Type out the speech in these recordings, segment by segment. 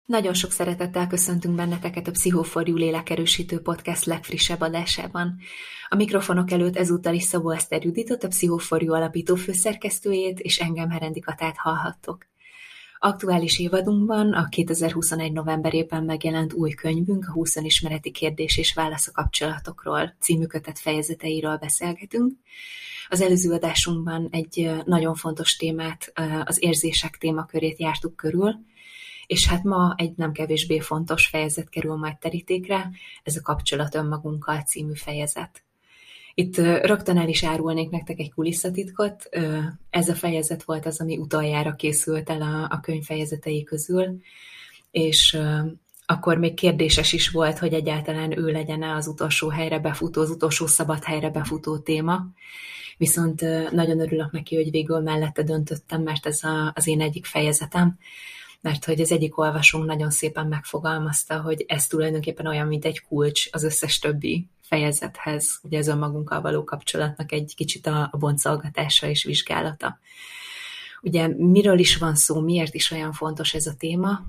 Nagyon sok szeretettel köszöntünk benneteket a Pszicho4U lélekerősítő podcast legfrissebb adásában. A mikrofonok előtt ezúttal is Szabó Eszter Juditot, a Pszicho4U alapító főszerkesztőjét, és engem, Herendi Katát hallhattok. Aktuális évadunkban a 2021. novemberében megjelent új könyvünk, a 20 önismereti kérdés és válasz a kapcsolatokról című kötet fejezeteiről beszélgetünk. Az előző adásunkban egy nagyon fontos témát, az érzések témakörét jártuk körül, és hát ma egy nem kevésbé fontos fejezet kerül majd terítékre, ez a Kapcsolat önmagunkkal című fejezet. Itt rögtön el is árulnék nektek egy kulisszatitkot, ez a fejezet volt az, ami utoljára készült el a könyv fejezetei közül, és akkor még kérdéses is volt, hogy egyáltalán ő legyen-e az utolsó helyre befutó, az utolsó szabad helyre befutó téma, viszont nagyon örülök neki, hogy végül mellette döntöttem, mert ez az én egyik fejezetem, mert hogy az egyik olvasónk nagyon szépen megfogalmazta, hogy ez tulajdonképpen olyan, mint egy kulcs az összes többi fejezethez, ugye ez önmagunkkal való kapcsolatnak egy kicsit a boncolgatása és vizsgálata. Ugye miről is van szó, miért is olyan fontos ez a téma?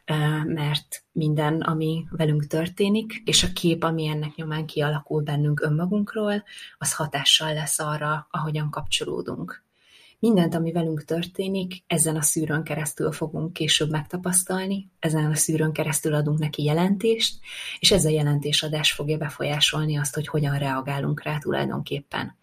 Mert minden, ami velünk történik, és a kép, ami ennek nyomán kialakul bennünk önmagunkról, az hatással lesz arra, ahogyan kapcsolódunk. Mindent, ami velünk történik, ezen a szűrőn keresztül fogunk később megtapasztalni, ezen a szűrőn keresztül adunk neki jelentést, és ez a jelentésadás fogja befolyásolni azt, hogy hogyan reagálunk rá tulajdonképpen.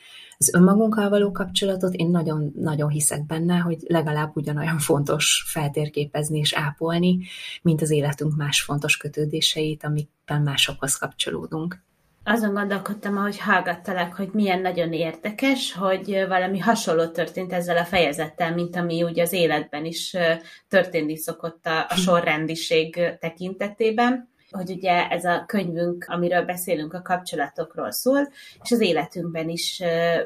Az önmagunkkal való kapcsolatot én nagyon hiszek benne, hogy legalább ugyanolyan fontos feltérképezni és ápolni, mint az életünk más fontos kötődéseit, amikben másokhoz kapcsolódunk. Azon gondolkodtam, ahogy hallgattalak, hogy milyen nagyon érdekes, hogy valami hasonló történt ezzel a fejezettel, mint ami ugye az életben is történni szokott a sorrendiség tekintetében, hogy ugye ez a könyvünk, amiről beszélünk, a kapcsolatokról szól, és az életünkben is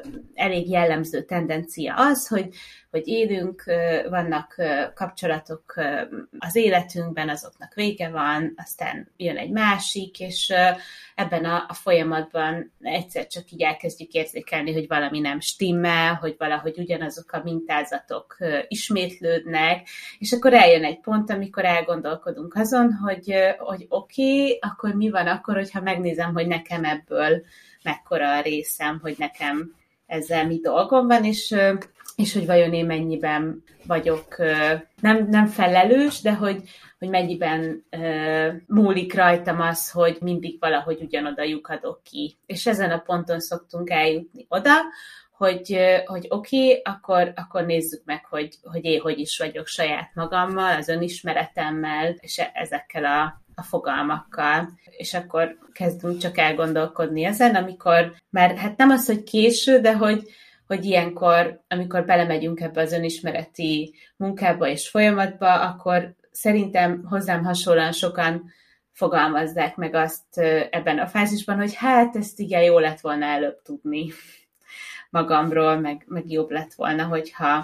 elég jellemző tendencia az, hogy élünk, vannak kapcsolatok az életünkben, azoknak vége van, aztán jön egy másik, és ebben a folyamatban egyszer csak így elkezdjük érzékelni, hogy valami nem stimmel, hogy valahogy ugyanazok a mintázatok ismétlődnek, és akkor eljön egy pont, amikor elgondolkodunk azon, hogy oké, akkor mi van akkor, hogyha megnézem, hogy nekem ebből mekkora a részem, hogy nekem ezzel mi dolgom van, és hogy vajon én mennyiben vagyok nem felelős, de hogy mennyiben múlik rajtam az, hogy mindig valahogy ugyanoda lyukadok ki. És ezen a ponton szoktunk eljutni oda, hogy oké, akkor nézzük meg, hogy én hogy is vagyok saját magammal, az önismeretemmel, és ezekkel a fogalmakkal. És akkor kezdünk csak elgondolkodni ezen, amikor már hát nem az, hogy késő, de hogy ilyenkor, amikor belemegyünk ebbe az önismereti munkába és folyamatba, akkor szerintem hozzám hasonlóan sokan fogalmazzák meg azt ebben a fázisban, hogy hát ezt igen jó lett volna előbb tudni magamról, meg jobb lett volna, hogyha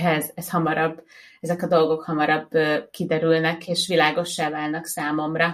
ez hamarabb, ezek a dolgok hamarabb kiderülnek, és világossá válnak számomra.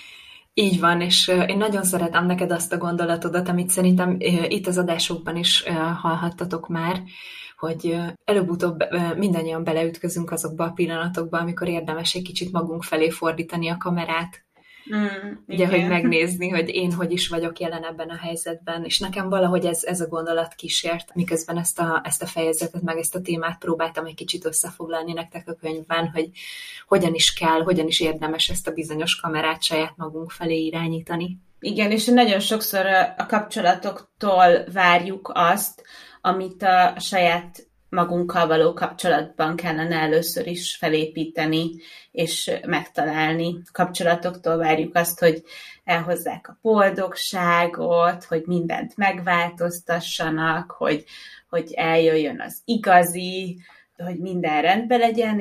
Így van, és én nagyon szeretem neked azt a gondolatodat, amit szerintem itt az adásokban is hallhattatok már, hogy előbb-utóbb mindannyian beleütközünk azokba a pillanatokba, amikor érdemes egy kicsit magunk felé fordítani a kamerát. Ugye, hogy megnézni, hogy én hogy is vagyok jelen ebben a helyzetben, és nekem valahogy ez a gondolat kísért, miközben ezt a fejezetet, meg ezt a témát próbáltam egy kicsit összefoglalni nektek a könyvben, hogy hogyan is kell, hogyan is érdemes ezt a bizonyos kamerát saját magunk felé irányítani. Igen, és nagyon sokszor a kapcsolatoktól várjuk azt, amit a saját magunkkal való kapcsolatban kellene először is felépíteni és megtalálni. Kapcsolatoktól várjuk azt, hogy elhozzák a boldogságot, hogy mindent megváltoztassanak, hogy eljöjjön az igazi, hogy minden rendben legyen,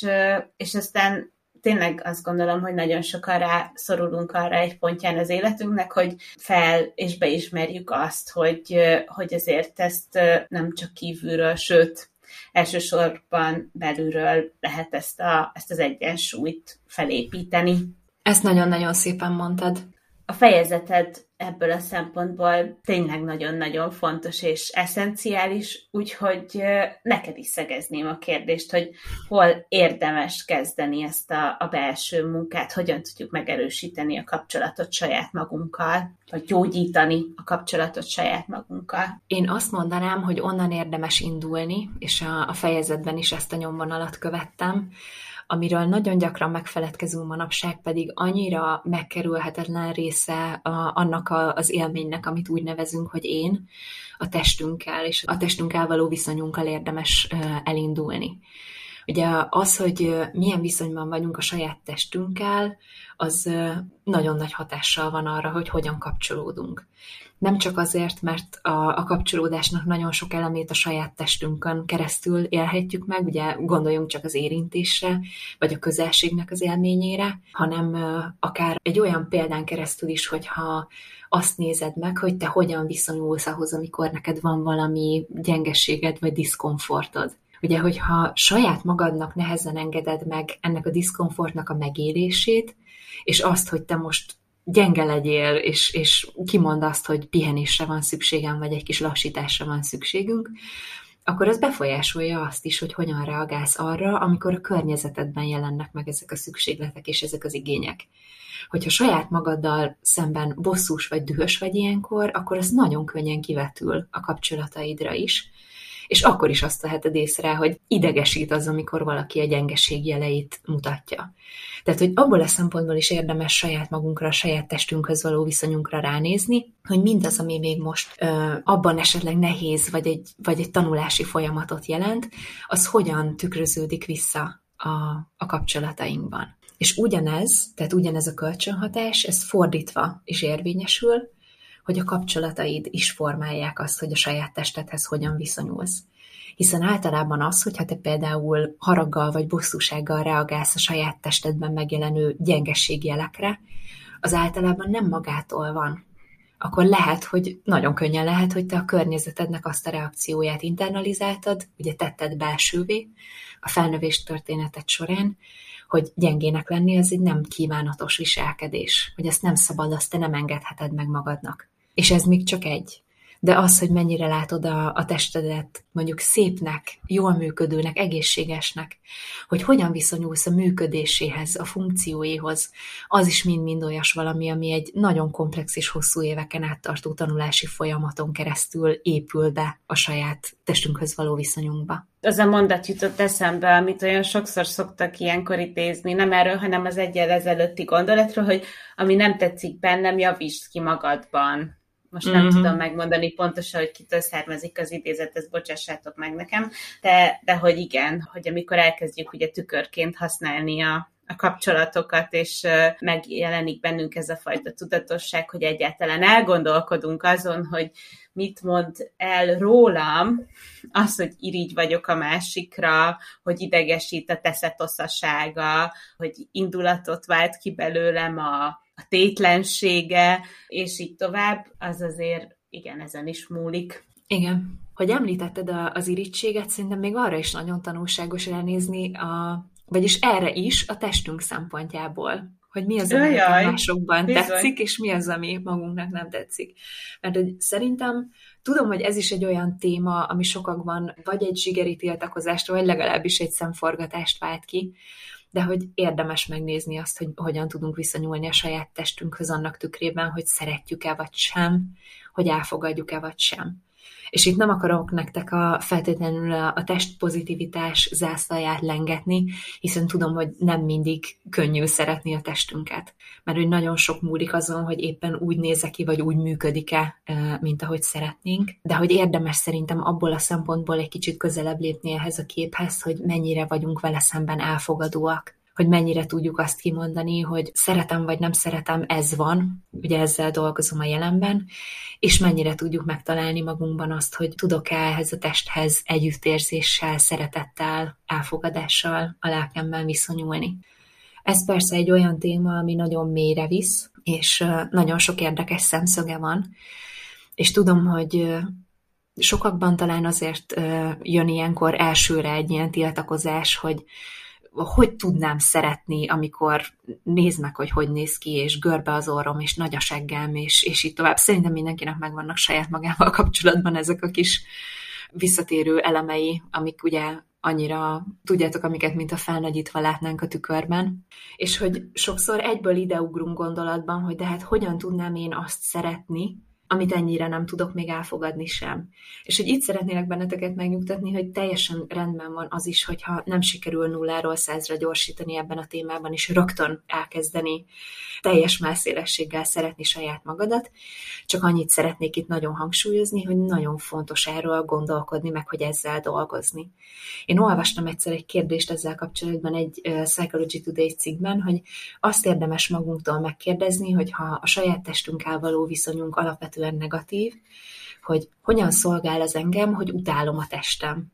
és aztán tényleg azt gondolom, hogy nagyon sokan szorulunk arra egy pontján az életünknek, hogy fel és beismerjük azt, hogy azért ezt nem csak kívülről, sőt, elsősorban belülről lehet ezt az egyensúlyt felépíteni. Ezt nagyon-nagyon szépen mondtad. A fejezeted ebből a szempontból tényleg nagyon-nagyon fontos és eszenciális, úgyhogy neked is szegezném a kérdést, hogy hol érdemes kezdeni ezt a belső munkát, hogyan tudjuk megerősíteni a kapcsolatot saját magunkkal, vagy gyógyítani a kapcsolatot saját magunkkal. Én azt mondanám, hogy onnan érdemes indulni, és a fejezetben is ezt a nyomvonalat követtem, amiről nagyon gyakran megfeledkezünk manapság, pedig annyira megkerülhetetlen része annak az élménynek, amit úgy nevezünk, hogy én, a testünkkel, és a testünkkel való viszonyunkkal érdemes elindulni. Ugye az, hogy milyen viszonyban vagyunk a saját testünkkel, az nagyon nagy hatással van arra, hogy hogyan kapcsolódunk. Nem csak azért, mert a kapcsolódásnak nagyon sok elemét a saját testünkön keresztül élhetjük meg, ugye gondoljunk csak az érintésre, vagy a közelségnek az élményére, hanem akár egy olyan példán keresztül is, hogyha azt nézed meg, hogy te hogyan viszonyulsz ahhoz, amikor neked van valami gyengeséged, vagy diszkomfortod. Ugye, hogyha saját magadnak nehezen engeded meg ennek a diszkomfortnak a megélését, és azt, hogy te most gyenge legyél, és kimond azt, hogy pihenésre van szükségem, vagy egy kis lassításra van szükségünk, akkor az befolyásolja azt is, hogy hogyan reagálsz arra, amikor a környezetedben jelennek meg ezek a szükségletek és ezek az igények. Hogyha saját magaddal szemben bosszús vagy dühös vagy ilyenkor, akkor az nagyon könnyen kivetül a kapcsolataidra is, és akkor is azt veheted észre, hogy idegesít az, amikor valaki a gyengeség jeleit mutatja. Tehát, hogy abból a szempontból is érdemes saját magunkra, a saját testünkhöz való viszonyunkra ránézni, hogy mindaz, ami még most abban esetleg nehéz, vagy egy tanulási folyamatot jelent, az hogyan tükröződik vissza a kapcsolatainkban. És ugyanez a kölcsönhatás, ez fordítva is érvényesül, hogy a kapcsolataid is formálják azt, hogy a saját testedhez hogyan viszonyulsz. Hiszen általában az, hogyha te például haraggal vagy bosszúsággal reagálsz a saját testedben megjelenő gyengességjelekre, az általában nem magától van. Akkor nagyon könnyen lehet, hogy te a környezetednek azt a reakcióját internalizáltad, ugye tetted belsővé a felnövés történeted során, hogy gyengének lenni, ez egy nem kívánatos viselkedés, hogy ezt nem szabad, azt te nem engedheted meg magadnak. És ez még csak egy. De az, hogy mennyire látod a testedet mondjuk szépnek, jól működőnek, egészségesnek, hogy hogyan viszonyulsz a működéséhez, a funkcióihoz, az is mind-mind olyas valami, ami egy nagyon komplex és hosszú éveken át tartó tanulási folyamaton keresztül épül be a saját testünkhöz való viszonyunkba. Az a mondat jutott eszembe, amit olyan sokszor szoktak ilyenkor idézni, nem erről, hanem az eggyel ezelőtti gondolatról, hogy ami nem tetszik bennem, javítsd ki magadban. Most nem tudom megmondani pontosan, hogy kitől származik az idézet, ezt bocsássátok meg nekem, de hogy igen, hogy amikor elkezdjük ugye tükörként használni a kapcsolatokat, és megjelenik bennünk ez a fajta tudatosság, hogy egyáltalán elgondolkodunk azon, hogy mit mond el rólam, az, hogy irigy vagyok a másikra, hogy idegesít a teszetoszasága, hogy indulatot vált ki belőlem a tétlensége, és így tovább, az azért igen, ezen is múlik. Igen. Hogy említetted az irítséget, szerintem még arra is nagyon tanulságos ránézni, vagyis erre is a testünk szempontjából, hogy mi az, ami másokban tetszik, és mi az, ami magunknak nem tetszik. Mert hogy szerintem tudom, hogy ez is egy olyan téma, ami sokakban vagy egy zsigeri tiltakozást, vagy legalábbis egy szemforgatást vált ki, de hogy érdemes megnézni azt, hogy hogyan tudunk viszonyulni a saját testünkhöz annak tükrében, hogy szeretjük-e vagy sem, hogy elfogadjuk-e vagy sem. És itt nem akarok nektek feltétlenül a testpozitivitás zászlaját lengetni, hiszen tudom, hogy nem mindig könnyű szeretni a testünket. Mert hogy nagyon sok múlik azon, hogy éppen úgy nézze ki, vagy úgy működik-e, mint ahogy szeretnénk. De hogy érdemes szerintem abból a szempontból egy kicsit közelebb lépni ehhez a képhez, hogy mennyire vagyunk vele szemben elfogadóak. Hogy mennyire tudjuk azt kimondani, hogy szeretem vagy nem szeretem, ez van, ugye ezzel dolgozom a jelenben, és mennyire tudjuk megtalálni magunkban azt, hogy tudok-e ehhez a testhez együttérzéssel, szeretettel, elfogadással a lelkemben viszonyulni. Ez persze egy olyan téma, ami nagyon mélyre visz, és nagyon sok érdekes szemszöge van, és tudom, hogy sokakban talán azért jön ilyenkor elsőre egy ilyen tiltakozás, hogy hogy tudnám szeretni, amikor nézd meg, hogy néz ki, és görbe az orrom, és nagy a seggem, és így tovább. Szerintem mindenkinek megvannak saját magával kapcsolatban ezek a kis visszatérő elemei, amik ugye annyira, tudjátok, amiket, mint a felnagyítva látnánk a tükörben. És hogy sokszor egyből ideugrunk gondolatban, hogy de hát hogyan tudnám én azt szeretni, amit ennyire nem tudok még elfogadni sem. És hogy itt szeretnélek benneteket megnyugtatni, hogy teljesen rendben van az is, hogyha nem sikerül 0-ról 100-ra gyorsítani ebben a témában, és rögtön elkezdeni teljes mellszélességgel szeretni saját magadat. Csak annyit szeretnék itt nagyon hangsúlyozni, hogy nagyon fontos erről gondolkodni, meg hogy ezzel dolgozni. Én olvastam egyszer egy kérdést ezzel kapcsolatban egy Psychology Today cikkben, hogy azt érdemes magunktól megkérdezni, hogy ha a saját testünkkel való viszonyunk alapvetően negatív, hogy hogyan szolgál az engem, hogy utálom a testem.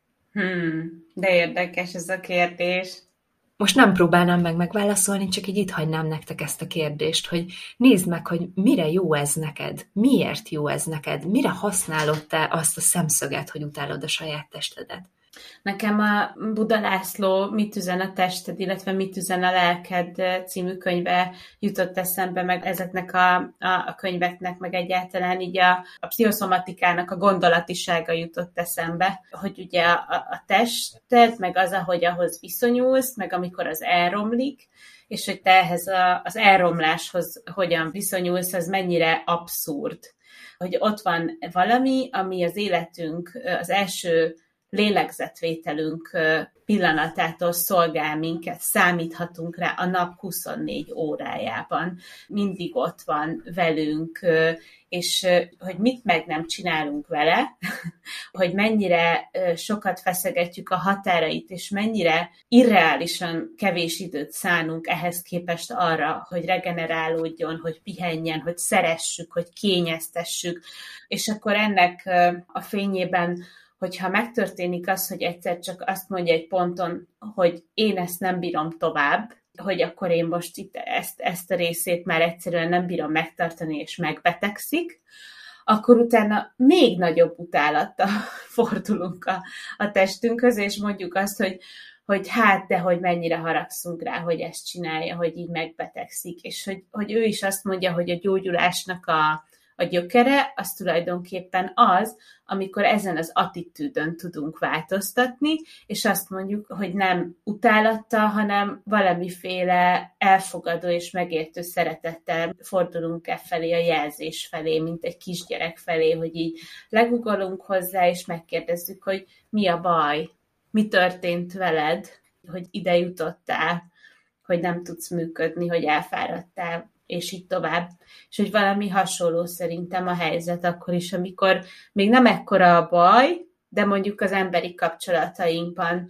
De érdekes ez a kérdés. Most nem próbálnám meg megválaszolni, csak így itt hagynám nektek ezt a kérdést, hogy nézd meg, hogy mire jó ez neked, miért jó ez neked, mire használod te azt a szemszöget, hogy utálod a saját testedet. Nekem a Buda László Mit üzen a tested, illetve Mit üzen a lelked című könyve jutott eszembe, meg ezeknek a könyveknek, meg egyáltalán így a pszichoszomatikának a gondolatisága jutott eszembe, hogy ugye a tested, meg az, ahogy ahhoz viszonyulsz, meg amikor az elromlik, és hogy te ehhez az elromláshoz hogyan viszonyulsz, az mennyire abszurd. Hogy ott van valami, ami az életünk az első lélegzetvételünk pillanatától szolgál minket, számíthatunk rá a nap 24 órájában. Mindig ott van velünk, és hogy mit meg nem csinálunk vele, hogy mennyire sokat feszegetjük a határait, és mennyire irreálisan kevés időt szánunk ehhez képest arra, hogy regenerálódjon, hogy pihenjen, hogy szeressük, hogy kényeztessük, és akkor ennek a fényében, hogyha megtörténik az, hogy egyszer csak azt mondja egy ponton, hogy én ezt nem bírom tovább, hogy akkor én most itt ezt a részét már egyszerűen nem bírom megtartani, és megbetegszik, akkor utána még nagyobb utálattal fordulunk a testünkhöz, és mondjuk azt, hogy hát, de hogy mennyire haragszunk rá, hogy ezt csinálja, hogy így megbetegszik, és hogy ő is azt mondja, hogy a gyógyulásnak a gyökere, az tulajdonképpen az, amikor ezen az attitűdön tudunk változtatni, és azt mondjuk, hogy nem utálattal, hanem valamiféle elfogadó és megértő szeretettel fordulunk felé, a jelzés felé, mint egy kisgyerek felé, hogy így legugolunk hozzá, és megkérdezzük, hogy mi a baj, mi történt veled, hogy ide jutottál, hogy nem tudsz működni, hogy elfáradtál, és így tovább. És hogy valami hasonló szerintem a helyzet akkor is, amikor még nem ekkora a baj, de mondjuk az emberi kapcsolatainkban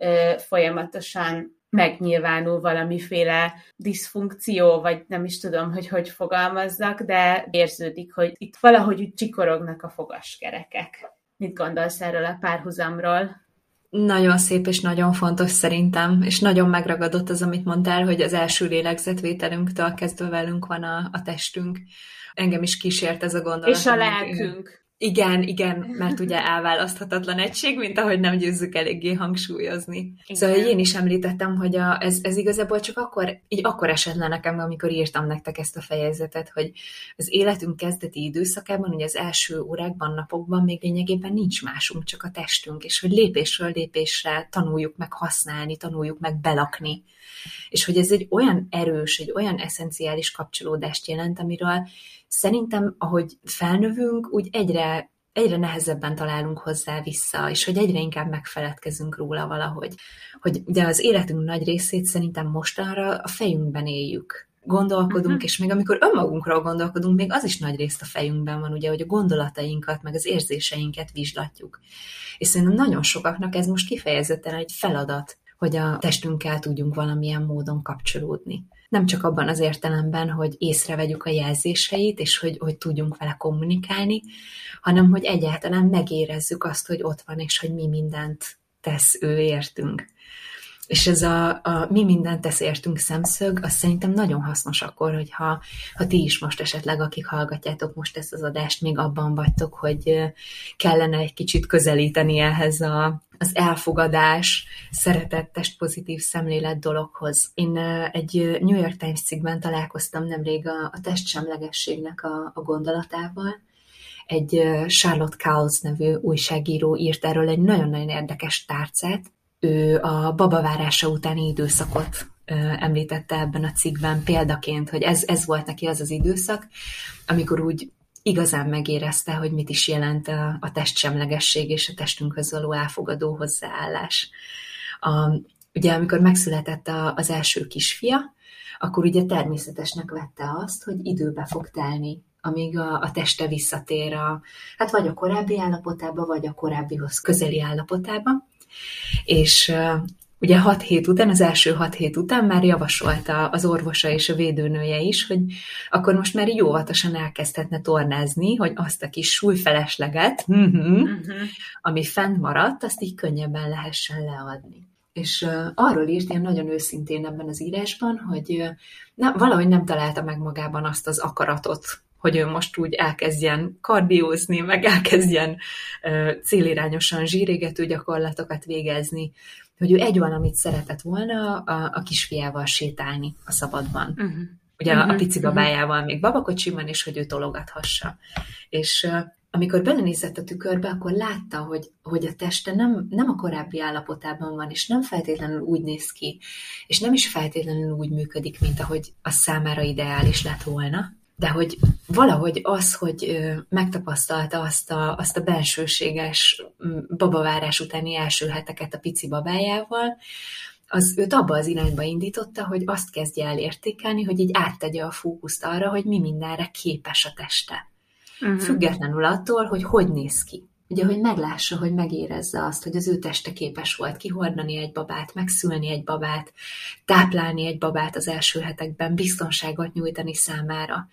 folyamatosan megnyilvánul valamiféle diszfunkció, vagy nem is tudom, hogy fogalmazzak, de érződik, hogy itt valahogy úgy csikorognak a fogaskerekek. Mit gondolsz erről a párhuzamról? Nagyon szép és nagyon fontos szerintem, és nagyon megragadott az, amit mondtál, hogy az első lélegzetvételünktől kezdve velünk van a testünk. Engem is kísért ez a gondolat. És a lelkünk. Igen, mert ugye elválaszthatatlan egység, mint ahogy nem győzzük eléggé hangsúlyozni. Igen. Szóval én is említettem, hogy ez igazából csak akkor esett le nekem, amikor írtam nektek ezt a fejezetet, hogy az életünk kezdeti időszakában, ugye az első órákban, napokban még lényegében nincs másunk, csak a testünk, és hogy lépésről lépésre tanuljuk meg használni, tanuljuk meg belakni. És hogy ez egy olyan erős, egy olyan eszenciális kapcsolódást jelent, amiről szerintem, ahogy felnövünk, úgy egyre nehezebben találunk hozzá vissza, és hogy egyre inkább megfeledkezünk róla valahogy. Hogy ugye az életünk nagy részét szerintem mostanra a fejünkben éljük. Gondolkodunk, és még amikor önmagunkról gondolkodunk, még az is nagy részt a fejünkben van, ugye, hogy a gondolatainkat, meg az érzéseinket vizslatjuk. És szerintem nagyon sokaknak ez most kifejezetten egy feladat, hogy a testünkkel tudjunk valamilyen módon kapcsolódni. Nem csak abban az értelemben, hogy észrevegyük a jelzéseit, és hogy tudjunk vele kommunikálni, hanem hogy egyáltalán megérezzük azt, hogy ott van, és hogy mi mindent tesz ő értünk. És ez a mi mindent tesz értünk szemszög, az szerintem nagyon hasznos akkor, hogyha ti is most esetleg, akik hallgatjátok most ezt az adást, még abban vagytok, hogy kellene egy kicsit közelíteni ehhez az elfogadás, szeretet, testpozitív szemlélet dologhoz. Én egy New York Times cikkben találkoztam nemrég a testsemlegességnek a gondolatával. Egy Charlotte Cowles nevű újságíró írt erről egy nagyon-nagyon érdekes tárcát. Ő a babavárása utáni időszakot említette ebben a cikkben példaként, hogy ez volt neki az az időszak, amikor úgy igazán megérezte, hogy mit is jelent a testsemlegesség és a testünkhöz való elfogadó hozzáállás. Ugye amikor megszületett az első kisfia, akkor ugye természetesnek vette azt, hogy időbe fog telni, amíg a teste visszatér hát vagy a korábbi állapotába, vagy a korábbihoz közeli állapotába. És ugye 6 hét után, az első 6 hét után már javasolta az orvosa és a védőnője is, hogy akkor most már így óvatosan elkezdhetne tornázni, hogy azt a kis súlyfelesleget, ami fent maradt, azt így könnyebben lehessen leadni. És arról írt ilyen nagyon őszintén ebben az írásban, hogy valahogy nem találta meg magában azt az akaratot, hogy ő most úgy elkezdjen kardiózni, meg elkezdjen célirányosan zsírégető gyakorlatokat végezni, hogy ő egy valamit szeretett volna a kisfiával sétálni a szabadban. Ugye a pici babájával még babakocsiban, és hogy ő tologathassa. És amikor belenézett a tükörbe, akkor látta, hogy a teste nem a korábbi állapotában van, és nem feltétlenül úgy néz ki, és nem is feltétlenül úgy működik, mint ahogy az számára ideális lett volna, de hogy valahogy az, hogy megtapasztalta azt a bensőséges babavárás utáni első heteket a pici babájával, az őt abba az irányba indította, hogy azt kezdje el értékelni, hogy így áttegye a fókuszt arra, hogy mi mindenre képes a teste. Függetlenül attól, hogy néz ki. Ugye, hogy meglássa, hogy megérezze azt, hogy az ő teste képes volt kihordani egy babát, megszülni egy babát, táplálni egy babát az első hetekben, biztonságot nyújtani számára.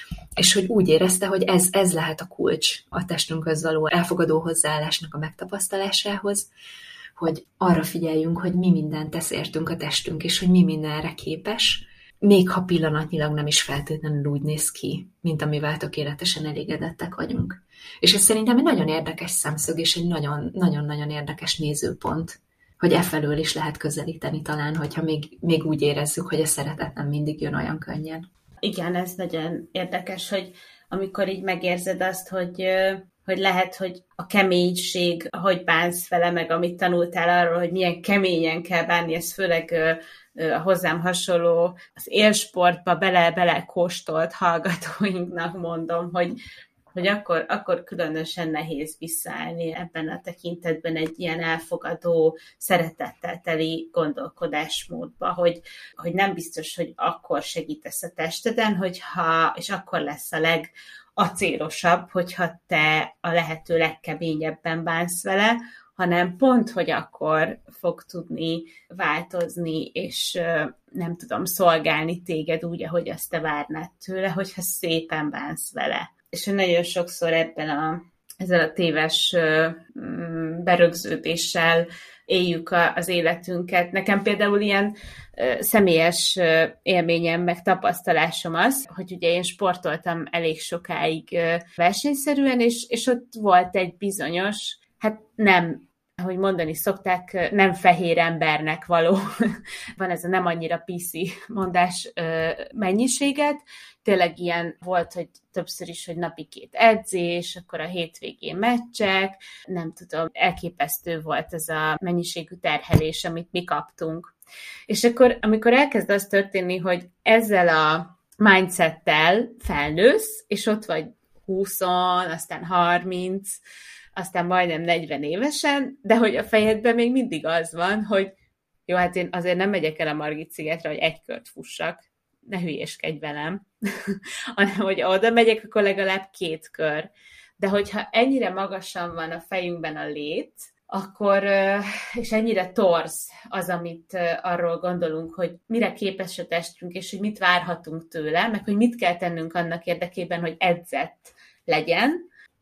És hogy úgy érezte, hogy ez lehet a kulcs a testünkhöz való elfogadó hozzáállásnak a megtapasztalásához, hogy arra figyeljünk, hogy mi mindent tesz értünk a testünk, és hogy mi mindenre képes, még ha pillanatnyilag nem is feltétlenül úgy néz ki, mint amivel tökéletesen elégedettek vagyunk. És ez szerintem egy nagyon érdekes szemszög, és egy nagyon-nagyon érdekes nézőpont, hogy efelől is lehet közelíteni talán, hogyha még úgy érezzük, hogy a szeretet nem mindig jön olyan könnyen. Igen, ez nagyon érdekes, hogy amikor így megérzed azt, hogy lehet, hogy a keménység, ahogy bánsz vele, meg amit tanultál arról, hogy milyen keményen kell bánni, ez főleg a hozzám hasonló, az élsportba bele kóstolt hallgatóinknak mondom, hogy akkor különösen nehéz visszaállni ebben a tekintetben egy ilyen elfogadó, szeretettel teli gondolkodásmódba, hogy nem biztos, hogy akkor segítesz a testeden, és akkor lesz a legacélosabb, hogyha te a lehető legkeményebben bánsz vele, hanem pont, hogy akkor fog tudni változni, és nem tudom, szolgálni téged úgy, ahogy azt te várnád tőle, hogyha szépen bánsz vele. És nagyon sokszor ezzel a téves berögződéssel éljük az életünket. Nekem például ilyen személyes élményem, meg tapasztalásom az, hogy ugye én sportoltam elég sokáig versenyszerűen, és ott volt egy bizonyos, hát nem, ahogy mondani szokták, nem fehér embernek való, van ez a nem annyira PC mondás mennyiséget. Tényleg ilyen volt, hogy többször is, hogy napi 2 edzés, akkor a hétvégén meccsek, nem tudom, elképesztő volt ez a mennyiségű terhelés, amit mi kaptunk. És akkor, amikor elkezd az történni, hogy ezzel a mindsettel felnősz, és ott vagy 20, aztán 30, aztán majdnem 40 évesen, de hogy a fejedben még mindig az van, hogy jó, hát én azért nem megyek el a Margit szigetre, hogy 1 kört fussak, ne hülyéskedj velem, hanem hogy oda megyek, akkor legalább 2 kör. De hogyha ennyire magasan van a fejünkben a lét, akkor, és ennyire torz az, amit arról gondolunk, hogy mire képes a testünk, és hogy mit várhatunk tőle, meg hogy mit kell tennünk annak érdekében, hogy edzett legyen,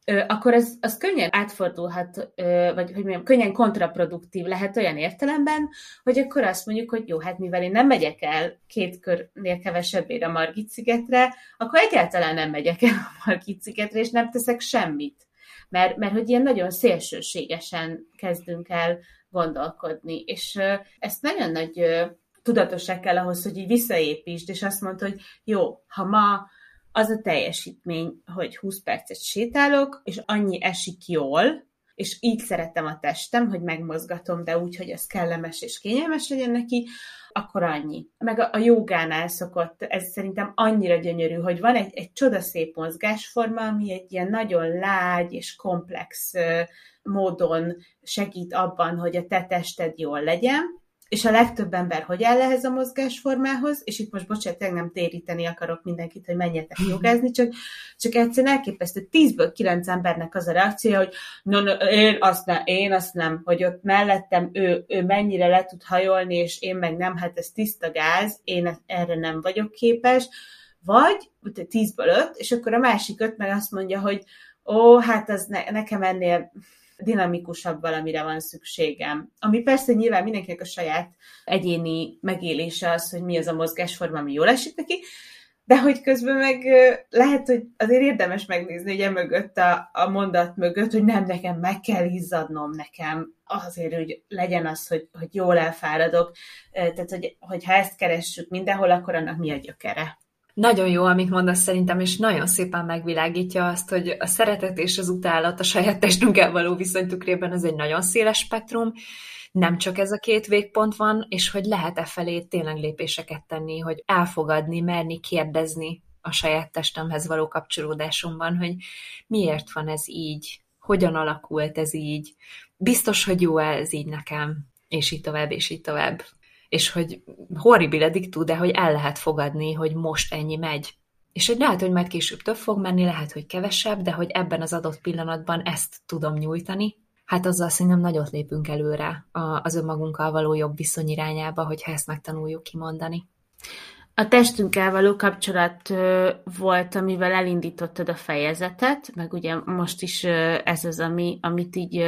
akkor az könnyen átfordulhat, vagy hogy mondjam, könnyen kontraproduktív lehet olyan értelemben, hogy akkor azt mondjuk, hogy jó, hát mivel én nem megyek el 2 körnél kevesebbére a Margit-szigetre, akkor egyáltalán nem megyek el a Margit-szigetre, és nem teszek semmit. Mert hogy ilyen nagyon szélsőségesen kezdünk el gondolkodni. És ezt nagyon nagy tudatosság kell ahhoz, hogy így visszaépítsd, és azt mondod, hogy jó, ha ma az a teljesítmény, hogy 20 percet sétálok, és annyi esik jól, és így szeretem a testem, hogy megmozgatom, de úgy, hogy ez kellemes és kényelmes legyen neki, akkor annyi. Meg a jogánál szokott, ez szerintem annyira gyönyörű, hogy van egy csodaszép mozgásforma, ami egy ilyen nagyon lágy és komplex módon segít abban, hogy a te tested jól legyen, és a legtöbb ember hogy áll ehhez a mozgásformához, és itt most bocsánat, nem téríteni akarok mindenkit, hogy menjetek jogázni, csak egyszerűen elképesztő 10-ből 9 embernek az a reakciója, hogy én azt nem, hogy ott mellettem ő mennyire le tud hajolni, és én meg nem, hát ez tiszta gáz, én erre nem vagyok képes, vagy 10-ből 5, és akkor a másik 5 meg azt mondja, hogy hát az nekem ennél dinamikusabb valamire van szükségem. Ami persze nyilván mindenkinek a saját egyéni megélése az, hogy mi az a mozgásforma, ami jól esik neki, de hogy közben meg lehet, hogy azért érdemes megnézni, hogy emögött a mondat mögött, hogy nem, nekem meg kell izzadnom, nekem azért, hogy legyen az, hogy jól elfáradok. Tehát, hogyha ezt keressük mindenhol, akkor annak mi a gyökere? Nagyon jó, amit mondasz szerintem, és nagyon szépen megvilágítja azt, hogy a szeretet és az utálat a saját testünkkel való viszony tükrében ez egy nagyon széles spektrum, nem csak ez a 2 végpont van, és hogy lehet-e felé tényleg lépéseket tenni, hogy elfogadni, merni kérdezni a saját testemhez való kapcsolódásomban, hogy miért van ez így, hogyan alakult ez így, biztos, hogy jó ez így nekem, és így tovább, és így tovább. És hogy horribile diktú, de hogy el lehet fogadni, hogy most ennyi megy. És hogy lehet, hogy majd később több fog menni, lehet, hogy kevesebb, de hogy ebben az adott pillanatban ezt tudom nyújtani, hát azzal szerintem nagyot lépünk előre az önmagunkkal való jobb viszony irányába, hogyha ezt megtanuljuk kimondani. A testünkkel való kapcsolat volt, amivel elindítottad a fejezetet, meg ugye most is ez az, amit így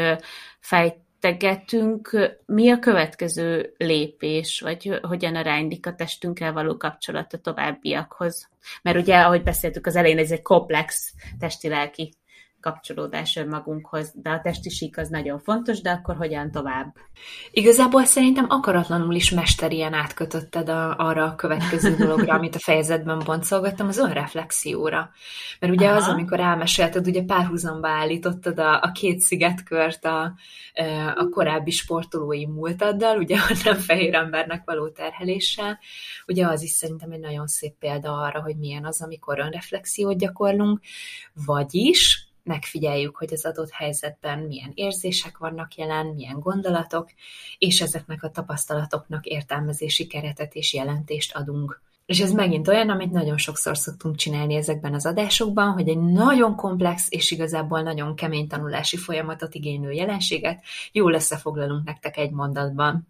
fejtegetünk. Mi a következő lépés, vagy hogyan aránylik a testünkkel való kapcsolat a továbbiakhoz? Mert ugye, ahogy beszéltük az elején, ez egy komplex testi-lelki kapcsolódás önmagunkhoz, de a testi sík az nagyon fontos, de akkor hogyan tovább? Igazából szerintem akaratlanul is mesterien átkötötted arra a következő dologra, amit a fejezetben boncolgattam, az önreflexióra. Mert ugye az, amikor elmesélted, ugye párhuzamba állítottad a 2 szigetkört a korábbi sportolói múltaddal, ugye a nem fehér embernek való terheléssel. Ugye az is szerintem egy nagyon szép példa arra, hogy milyen az, amikor önreflexiót gyakorlunk, vagyis megfigyeljük, hogy az adott helyzetben milyen érzések vannak jelen, milyen gondolatok, és ezeknek a tapasztalatoknak értelmezési keretet és jelentést adunk. És ez megint olyan, amit nagyon sokszor szoktunk csinálni ezekben az adásokban, hogy egy nagyon komplex és igazából nagyon kemény tanulási folyamatot igénylő jelenséget jól összefoglalunk nektek egy mondatban.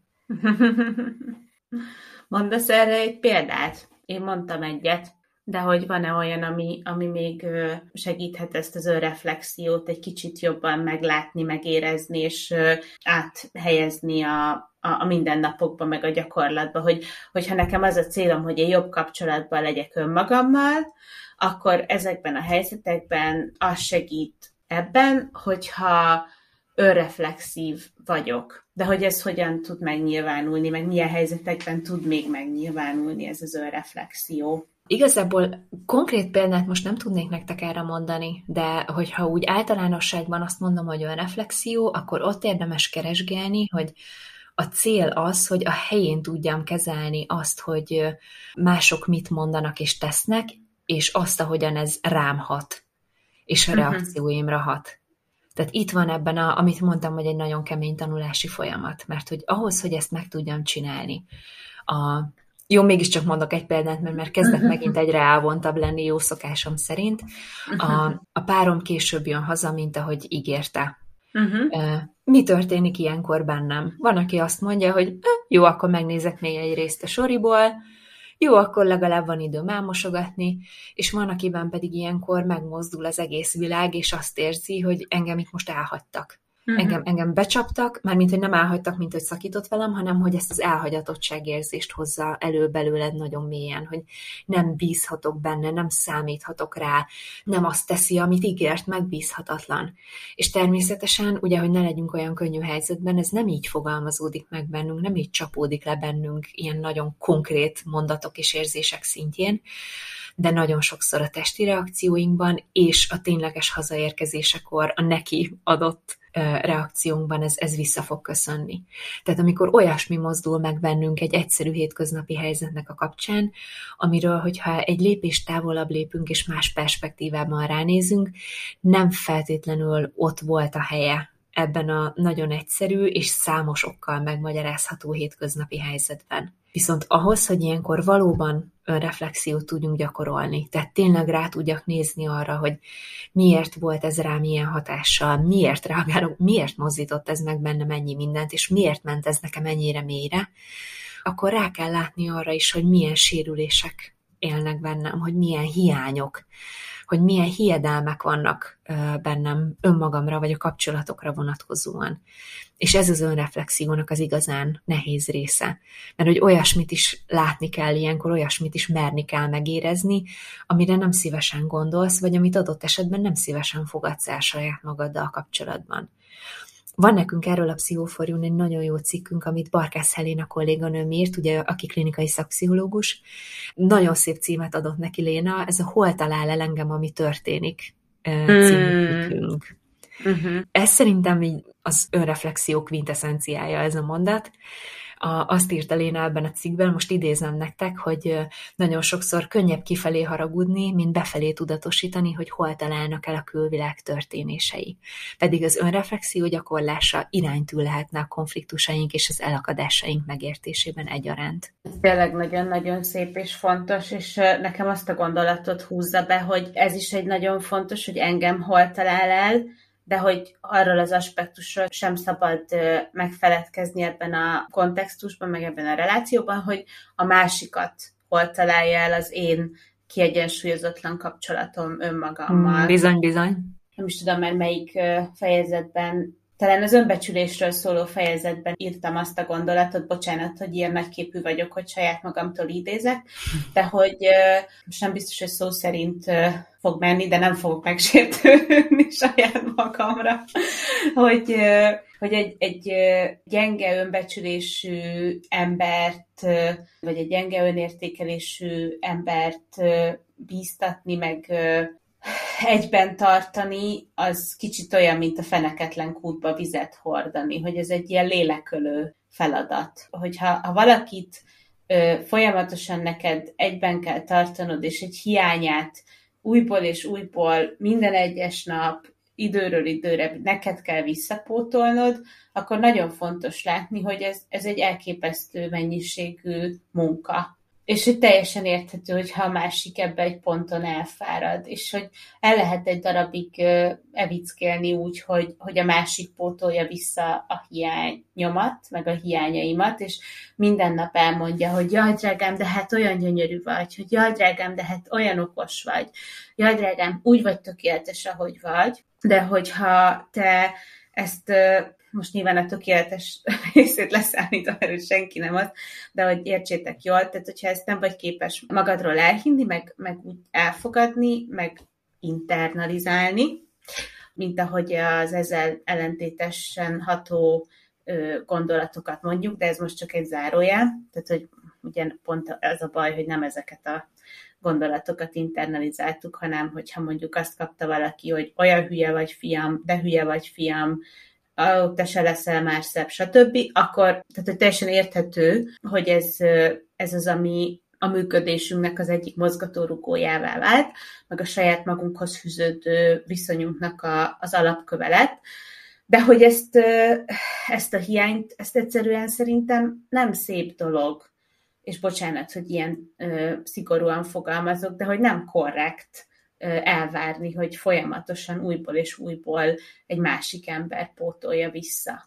Mondasz erre egy példát? Én mondtam egyet. De hogy van-e olyan, ami még segíthet ezt az önreflexiót egy kicsit jobban meglátni, megérezni, és áthelyezni a mindennapokba, meg a gyakorlatba, hogyha nekem az a célom, hogy egy jobb kapcsolatban legyek önmagammal, akkor ezekben a helyzetekben az segít ebben, hogyha önreflexív vagyok. De hogy ez hogyan tud megnyilvánulni, meg milyen helyzetekben tud még megnyilvánulni ez az önreflexió. Igazából konkrét példát most nem tudnék nektek erre mondani, de hogyha úgy általánosságban azt mondom, hogy önreflexió, akkor ott érdemes keresgélni, hogy a cél az, hogy a helyén tudjam kezelni azt, hogy mások mit mondanak és tesznek, és azt, ahogyan ez rám hat, és a reakcióimra hat. Tehát itt van ebben, amit mondtam, hogy egy nagyon kemény tanulási folyamat, mert hogy ahhoz, hogy ezt meg tudjam csinálni, jó, mégiscsak mondok egy példát, mert kezdek megint egyre elvontabb lenni jó szokásom szerint. A párom később jön haza, mint ahogy ígérte. Mi történik ilyenkor bennem? Van, aki azt mondja, hogy jó, akkor megnézek még egy részt a soriból, jó, akkor legalább van időm elmosogatni, és van, akiben pedig ilyenkor megmozdul az egész világ, és azt érzi, hogy engem itt most elhagytak. Engem becsaptak, mármint, hogy nem elhagytak, mint hogy szakított velem, hanem hogy ezt az elhagyatottságérzést hozza elő belőled nagyon mélyen, hogy nem bízhatok benne, nem számíthatok rá, nem azt teszi, amit ígért, megbízhatatlan. És természetesen, ugye, hogy ne legyünk olyan könnyű helyzetben, ez nem így fogalmazódik meg bennünk, nem így csapódik le bennünk ilyen nagyon konkrét mondatok és érzések szintjén, de nagyon sokszor a testi reakcióinkban és a tényleges hazaérkezésekor a neki adott reakciónkban ez vissza fog köszönni. Tehát amikor olyasmi mozdul meg bennünk egy egyszerű hétköznapi helyzetnek a kapcsán, amiről, hogyha egy lépést távolabb lépünk és más perspektívában ránézünk, nem feltétlenül ott volt a helye ebben a nagyon egyszerű és számos okkal megmagyarázható hétköznapi helyzetben. Viszont ahhoz, hogy ilyenkor valóban önreflexiót tudjunk gyakorolni, tehát tényleg rá tudjak nézni arra, hogy miért volt ez rám ilyen hatással, miért reagálok, miért mozdított ez meg bennem ennyi mindent, és miért ment ez nekem ennyire mélyre, akkor rá kell látni arra is, hogy milyen sérülések élnek bennem, hogy milyen hiányok, hogy milyen hiedelmek vannak bennem önmagamra, vagy a kapcsolatokra vonatkozóan. És ez az önreflexiónak az igazán nehéz része. Mert hogy olyasmit is látni kell ilyenkor, olyasmit is merni kell megérezni, amire nem szívesen gondolsz, vagy amit adott esetben nem szívesen fogadsz el saját magaddal kapcsolatban. Van nekünk erről a Pszichó4Jún egy nagyon jó cikkünk, amit Barkász Helena kolléganőm írt, ugye, aki klinikai szakpszichológus. Nagyon szép címet adott neki Léna, ez a Hol talál el engem, ami történik című cikkünk. Ez szerintem így az önreflexió kvintessenciája ez a mondat. Azt írta Léna ebben a cikkben, most idézem nektek, hogy nagyon sokszor könnyebb kifelé haragudni, mint befelé tudatosítani, hogy hol találnak el a külvilág történései. Pedig az önreflexió gyakorlása iránytű lehetne a konfliktusaink és az elakadásaink megértésében egyaránt. Tényleg nagyon-nagyon szép és fontos, és nekem azt a gondolatot húzza be, hogy ez is egy nagyon fontos, hogy engem hol talál el, de hogy arról az aspektusról sem szabad megfeledkezni ebben a kontextusban, meg ebben a relációban, hogy a másikat hol találja el az én kiegyensúlyozatlan kapcsolatom önmagammal. Bizony. Nem is tudom már melyik fejezetben, talán az önbecsülésről szóló fejezetben írtam azt a gondolatot, bocsánat, hogy ilyen nagyképű vagyok, hogy saját magamtól idézek, de hogy most nem biztos, hogy szó szerint fog menni, de nem fogok megsértődni saját magamra, hogy egy gyenge önbecsülésű embert, vagy egy gyenge önértékelésű embert bíztatni, meg egyben tartani, az kicsit olyan, mint a feneketlen kútba vizet hordani, hogy ez egy ilyen lélekölő feladat. Hogyha valakit folyamatosan neked egyben kell tartanod, és egy hiányát újból és újból minden egyes nap, időről időre neked kell visszapótolnod, akkor nagyon fontos látni, hogy ez egy elképesztő mennyiségű munka. És hogy teljesen érthető, hogyha a másik ebbe egy ponton elfárad, és hogy el lehet egy darabig evickélni úgy, hogy a másik pótolja vissza a hiányomat, meg a hiányaimat, és minden nap elmondja, hogy jaj, drágám, de hát olyan gyönyörű vagy, hogy jaj, drágám, de hát olyan okos vagy, jaj, drágám, úgy vagy tökéletes, ahogy vagy, de hogyha te ezt... most nyilván a tökéletes részét leszámítom, mert senki nem az, de hogy értsétek jól, tehát hogyha ezt nem vagy képes magadról elhinni, meg úgy elfogadni, meg internalizálni, mint ahogy az ezzel ellentétesen ható gondolatokat mondjuk, de ez most csak egy zárójel, tehát hogy ugye pont az a baj, hogy nem ezeket a gondolatokat internalizáltuk, hanem hogyha mondjuk azt kapta valaki, hogy olyan hülye vagy fiam, de hülye vagy fiam, te se leszel már szebb, stb., akkor tehát, hogy teljesen érthető, hogy ez az, ami a működésünknek az egyik mozgatórugójává vált, meg a saját magunkhoz fűződő viszonyunknak az alapköve lett, de hogy ezt a hiányt, ezt egyszerűen szerintem nem szép dolog, és bocsánat, hogy ilyen szigorúan fogalmazok, de hogy nem korrekt elvárni, hogy folyamatosan újból és újból egy másik ember pótolja vissza.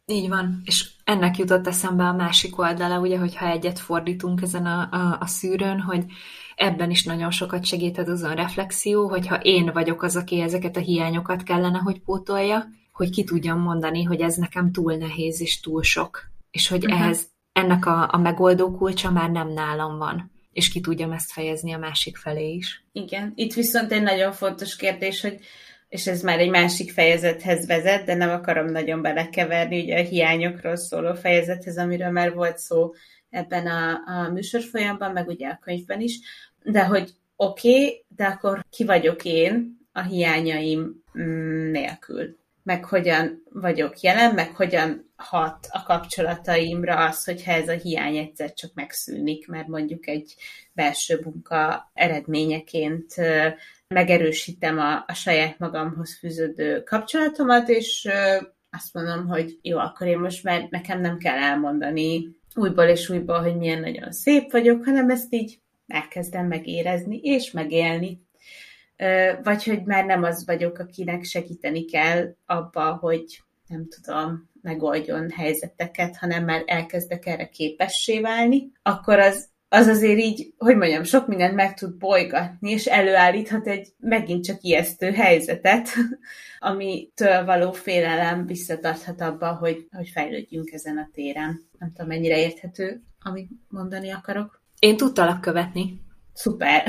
Így van, és ennek jutott eszembe a másik oldala, ugye, hogyha egyet fordítunk ezen a szűrőn, hogy ebben is nagyon sokat segített az önreflexió, hogyha én vagyok az, aki ezeket a hiányokat kellene, hogy pótolja, hogy ki tudjam mondani, hogy ez nekem túl nehéz és túl sok, és hogy ennek a megoldó kulcsa már nem nálam van, és ki tudjam ezt fejezni a másik felé is. Igen, itt viszont egy nagyon fontos kérdés, hogy és ez már egy másik fejezethez vezet, de nem akarom nagyon belekeverni, ugye a hiányokról szóló fejezethez, amiről már volt szó ebben a műsorfolyamban, meg ugye a könyvben is, de hogy oké, de akkor ki vagyok én a hiányaim nélkül? Meg hogyan vagyok jelen, meg hogyan hat a kapcsolataimra az, hogyha ez a hiány egyszer csak megszűnik, mert mondjuk egy belső munka eredményeként megerősítem a saját magamhoz fűződő kapcsolatomat, és azt mondom, hogy jó, akkor én most már nekem nem kell elmondani újból és újból, hogy milyen nagyon szép vagyok, hanem ezt így elkezdem megérezni és megélni. Vagy hogy már nem az vagyok, akinek segíteni kell abba, hogy nem tudom, megoldjon helyzeteket, hanem már elkezdek erre képessé válni, akkor az azért így, hogy mondjam, sok mindent meg tud bolygatni, és előállíthat egy megint csak ijesztő helyzetet, amitől való félelem visszatarthat abba, hogy fejlődjünk ezen a téren. Nem tudom, mennyire érthető, amit mondani akarok. Én tudtalak követni. Szuper!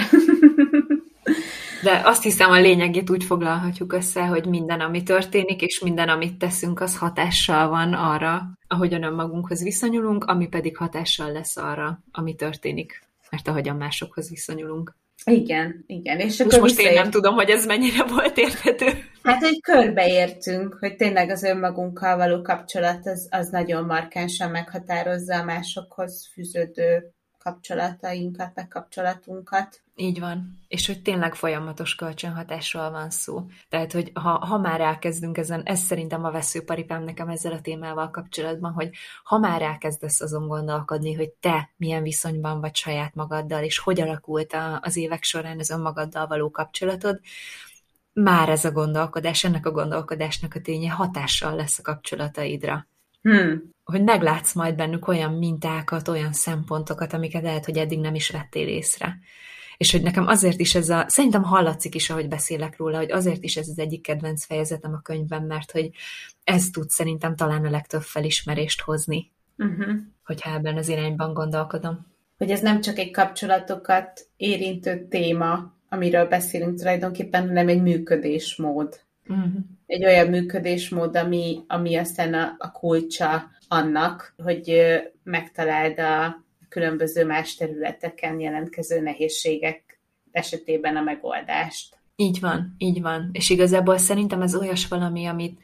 De azt hiszem, a lényegét úgy foglalhatjuk össze, hogy minden, ami történik, és minden, amit teszünk, az hatással van arra, ahogyan önmagunkhoz viszonyulunk, ami pedig hatással lesz arra, ami történik, mert ahogyan másokhoz viszonyulunk. Igen. És akkor most én nem tudom, hogy ez mennyire volt érthető. Hát, hogy körbeértünk, hogy tényleg az önmagunkkal való kapcsolat az nagyon markánsan meghatározza a másokhoz fűződő kapcsolatainkat, meg kapcsolatunkat. Így van. És hogy tényleg folyamatos kölcsönhatásról van szó. Tehát, hogy ha már elkezdünk ezen, ez szerintem a veszőparipám nekem ezzel a témával kapcsolatban, hogy ha már elkezdesz azon gondolkodni, hogy te milyen viszonyban vagy saját magaddal, és hogy alakult az évek során az önmagaddal való kapcsolatod, már ez a gondolkodás, ennek a gondolkodásnak a ténye hatással lesz a kapcsolataidra. Hogy meglátsz majd bennük olyan mintákat, olyan szempontokat, amiket lehet, hogy eddig nem is vettél észre. És hogy nekem azért is szerintem hallatszik is, ahogy beszélek róla, hogy azért is ez az egyik kedvenc fejezetem a könyvben, mert hogy ez tud szerintem talán a legtöbb felismerést hozni, hogyha ebben az irányban gondolkodom. Hogy ez nem csak egy kapcsolatokat érintő téma, amiről beszélünk tulajdonképpen, hanem egy működésmód. Egy olyan működésmód, ami aztán a kulcsa annak, hogy megtaláld a különböző más területeken jelentkező nehézségek esetében a megoldást. Így van. És igazából szerintem ez olyas valami,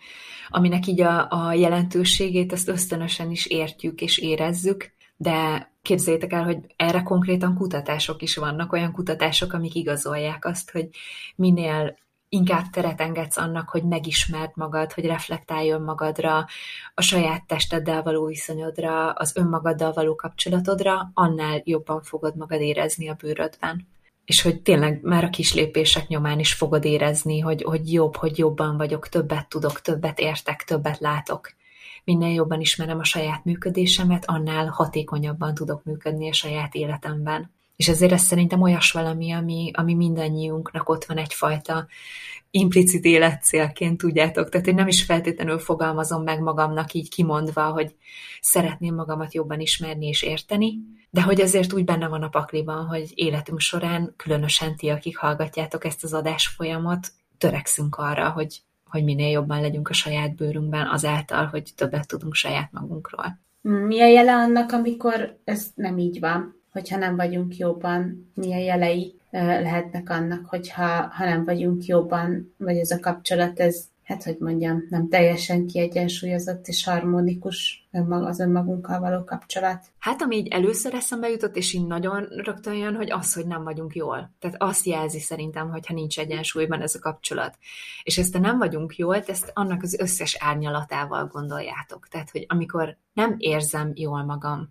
aminek így a jelentőségét azt ösztönösen is értjük és érezzük, de képzeljétek el, hogy erre konkrétan kutatások is vannak, olyan kutatások, amik igazolják azt, hogy minél inkább teret engedsz annak, hogy megismerd magad, hogy reflektálj önmagadra, a saját testeddel való viszonyodra, az önmagaddal való kapcsolatodra, annál jobban fogod magad érezni a bőrödben. És hogy tényleg már a kis lépések nyomán is fogod érezni, hogy jobb, hogy jobban vagyok, többet tudok, többet értek, többet látok. Minél jobban ismerem a saját működésemet, annál hatékonyabban tudok működni a saját életemben. És ezért ez szerintem olyas valami, ami mindannyiunknak ott van egyfajta implicit életcélként, tudjátok. Tehát én nem is feltétlenül fogalmazom meg magamnak így kimondva, hogy szeretném magamat jobban ismerni és érteni, de hogy azért úgy benne van a pakliban, hogy életünk során, különösen ti, akik hallgatjátok ezt az adásfolyamot, törekszünk arra, hogy minél jobban legyünk a saját bőrünkben azáltal, hogy többet tudunk saját magunkról. Mi a jele annak, amikor ez nem így van? Hogyha nem vagyunk jóban, milyen jelei lehetnek annak, hogyha nem vagyunk jóban, vagy ez a kapcsolat, ez, hát hogy mondjam, nem teljesen kiegyensúlyozott és harmonikus az önmagunkkal való kapcsolat. Hát ami így először eszembe jutott, és így nagyon rögtön jön, hogy az, hogy nem vagyunk jól. Tehát azt jelzi szerintem, hogyha nincs egyensúlyban ez a kapcsolat. És ezt nem vagyunk jól, ezt annak az összes árnyalatával gondoljátok. Tehát, hogy amikor nem érzem jól magam,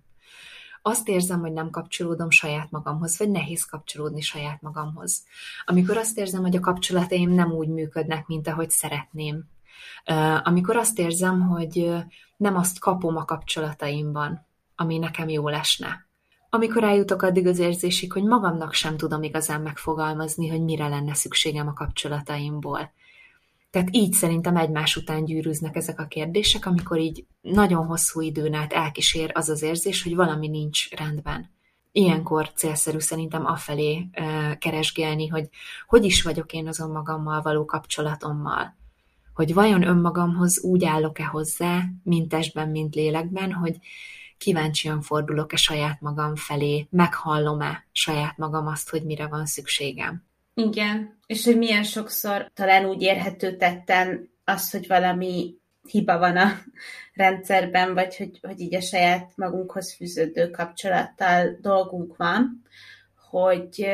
azt érzem, hogy nem kapcsolódom saját magamhoz, vagy nehéz kapcsolódni saját magamhoz. Amikor azt érzem, hogy a kapcsolataim nem úgy működnek, mint ahogy szeretném. Amikor azt érzem, hogy nem azt kapom a kapcsolataimban, ami nekem jól esne. Amikor eljutok addig az érzésig, hogy magamnak sem tudom igazán megfogalmazni, hogy mire lenne szükségem a kapcsolataimból. Tehát így szerintem egymás után gyűrűznek ezek a kérdések, amikor így nagyon hosszú időn át elkísér az az érzés, hogy valami nincs rendben. Ilyenkor célszerű szerintem afelé keresgélni, hogy is vagyok én az önmagammal való kapcsolatommal. Hogy vajon önmagamhoz úgy állok-e hozzá, mint testben, mint lélekben, hogy kíváncsian fordulok-e saját magam felé, meghallom-e saját magam azt, hogy mire van szükségem. Igen, és hogy milyen sokszor talán úgy érhető tetten az, hogy valami hiba van a rendszerben, vagy hogy így a saját magunkhoz fűződő kapcsolattal dolgunk van, hogy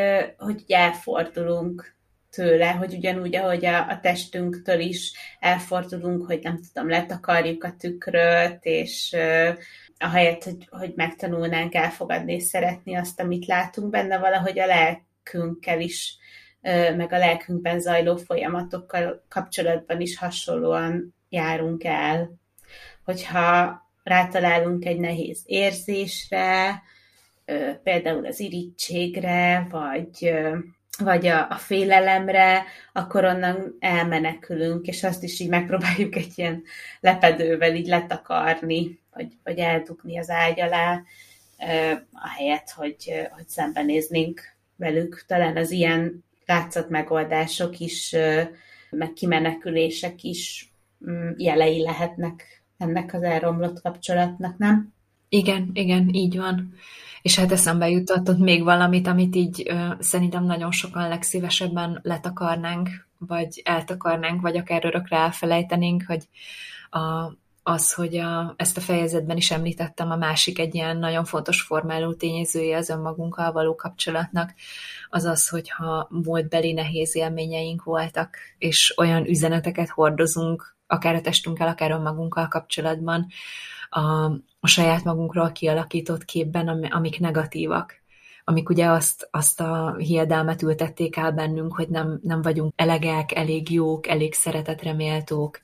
elfordulunk tőle, hogy ugyanúgy, ahogy a testünktől is elfordulunk, hogy nem tudom, letakarjuk a tükröt, és ahelyett, hogy megtanulnánk elfogadni és szeretni azt, amit látunk benne, valahogy a lelkünkkel is, meg a lelkünkben zajló folyamatokkal kapcsolatban is hasonlóan járunk el. Hogyha rátalálunk egy nehéz érzésre, például az irítségre, vagy a félelemre, akkor onnan elmenekülünk, és azt is így megpróbáljuk egy ilyen lepedővel így letakarni, vagy eldugni az ágy alá, ahelyett, hogy szembenéznénk velük. Talán az ilyen látszat megoldások is, meg kimenekülések is jelei lehetnek ennek az elromlott kapcsolatnak, nem? Igen, így van. És hát eszembe juttatott még valamit, amit így szerintem nagyon sokan legszívesebben letakarnánk, vagy eltakarnánk, vagy akár örökre elfelejtenénk, hogy ezt a fejezetben is említettem, a másik egy ilyen nagyon fontos formáló tényezője az önmagunkkal való kapcsolatnak, az az, hogyha múltbeli nehéz élményeink voltak, és olyan üzeneteket hordozunk, akár a testünkkel, akár önmagunkkal kapcsolatban, a saját magunkról kialakított képben, amik negatívak, amik ugye azt a hiedelmet ültették el bennünk, hogy nem vagyunk elegek, elég jók, elég szeretetre méltók,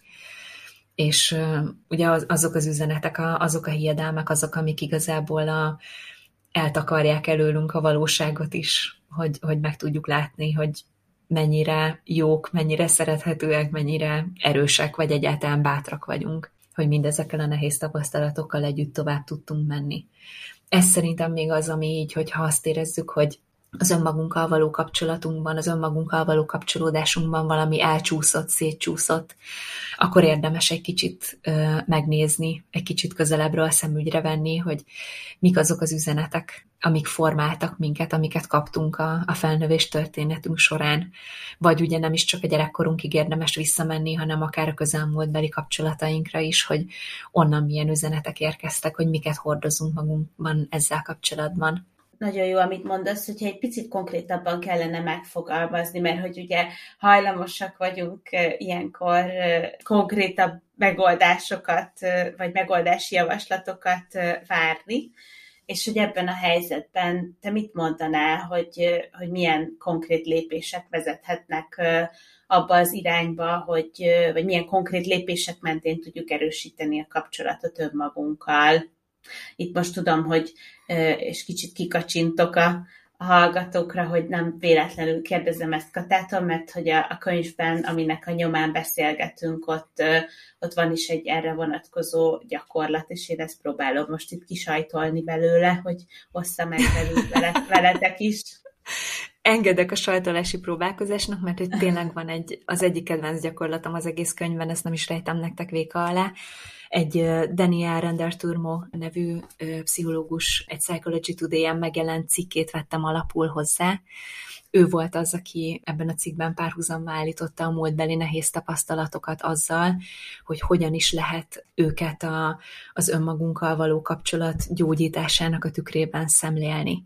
és ugye azok az üzenetek, azok a hiedelmek, azok, amik igazából eltakarják előlünk a valóságot is, hogy meg tudjuk látni, hogy mennyire jók, mennyire szerethetőek, mennyire erősek, vagy egyáltalán bátrak vagyunk, hogy mindezekkel a nehéz tapasztalatokkal együtt tovább tudtunk menni. Ez szerintem még az, ami így, hogyha azt érezzük, hogy az önmagunkkal való kapcsolatunkban, az önmagunkkal való kapcsolódásunkban valami elcsúszott, szétcsúszott, akkor érdemes egy kicsit megnézni, egy kicsit közelebbről a szemügyre venni, hogy mik azok az üzenetek, amik formáltak minket, amiket kaptunk a felnövés történetünk során. Vagy ugye nem is csak a gyerekkorunkig érdemes visszamenni, hanem akár a közelmúltbeli kapcsolatainkra is, hogy onnan milyen üzenetek érkeztek, hogy miket hordozunk magunkban ezzel kapcsolatban. Nagyon jó, amit mondasz, hogyha egy picit konkrétabban kellene megfogalmazni, mert hogy ugye hajlamosak vagyunk ilyenkor konkrétabb megoldásokat, vagy megoldási javaslatokat várni, és hogy ebben a helyzetben te mit mondanál, hogy milyen konkrét lépések vezethetnek abba az irányba, vagy milyen konkrét lépések mentén tudjuk erősíteni a kapcsolatot önmagunkkal. Itt most tudom, hogy és kicsit kikacsintok a hallgatókra, hogy nem véletlenül kérdezem ezt Katától, mert hogy a könyvben, aminek a nyomán beszélgetünk, ott van is egy erre vonatkozó gyakorlat, és én ezt próbálom most itt kisajtolni belőle, hogy osszam meg veletek is. Engedek a sajtolási próbálkozásnak, mert hogy tényleg van az egyik kedvenc gyakorlatom az egész könyvben, ezt nem is rejtem nektek véka alá. Egy Daniel Renderturmo nevű pszichológus, egy Psychology Today-en megjelent cikkét vettem alapul hozzá. Ő volt az, aki ebben a cikkben párhuzamba állította a múltbeli nehéz tapasztalatokat azzal, hogy hogyan is lehet őket az önmagunkkal való kapcsolat gyógyításának a tükrében szemlélni.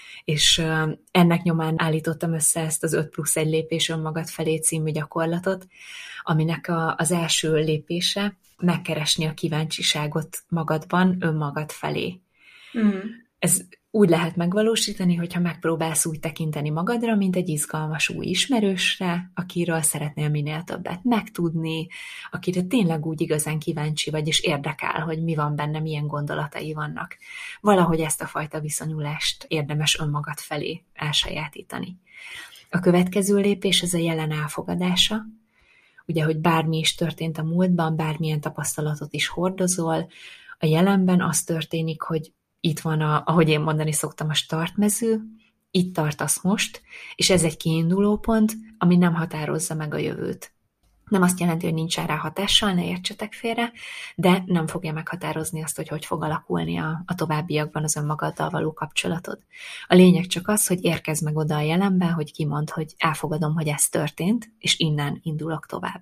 És ennek nyomán állítottam össze ezt az 5+1 lépés önmagad felé című gyakorlatot, aminek az első lépése megkeresni a kíváncsiságot magadban önmagad felé. Mm. Ez úgy lehet megvalósítani, hogyha megpróbálsz úgy tekinteni magadra, mint egy izgalmas új ismerősre, akiről szeretnél minél többet megtudni, akire tényleg úgy igazán kíváncsi vagy, és érdekel, hogy mi van benne, milyen gondolatai vannak. Valahogy ezt a fajta viszonyulást érdemes önmagad felé elsajátítani. A következő lépés ez a jelen elfogadása. Ugye, hogy bármi is történt a múltban, bármilyen tapasztalatot is hordozol, a jelenben az történik, hogy itt van, ahogy én mondani szoktam, a startmező, itt tartasz most, és ez egy kiinduló pont, ami nem határozza meg a jövőt. Nem azt jelenti, hogy nincs rá hatással, ne értsetek félre, de nem fogja meghatározni azt, hogy hogy fog alakulni a továbbiakban az önmagaddal való kapcsolatod. A lényeg csak az, hogy érkezz meg oda a jelenben, hogy kimondd, hogy elfogadom, hogy ez történt, és innen indulok tovább.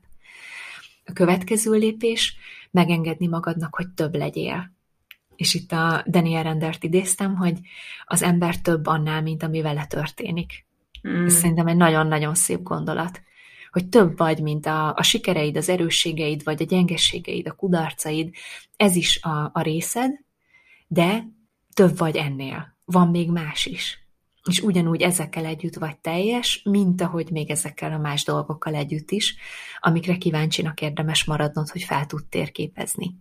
A következő lépés, megengedni magadnak, hogy több legyél. És itt a Daniel Rendert idéztem, hogy az ember több annál, mint ami vele történik. Ez szerintem egy nagyon-nagyon szép gondolat. Hogy több vagy, mint a sikereid, az erősségeid, vagy a gyengességeid, a kudarcaid. Ez is a részed, de több vagy ennél. Van még más is. És ugyanúgy ezekkel együtt vagy teljes, mint ahogy még ezekkel a más dolgokkal együtt is, amikre kíváncsinak érdemes maradnod, hogy fel tud térképezni.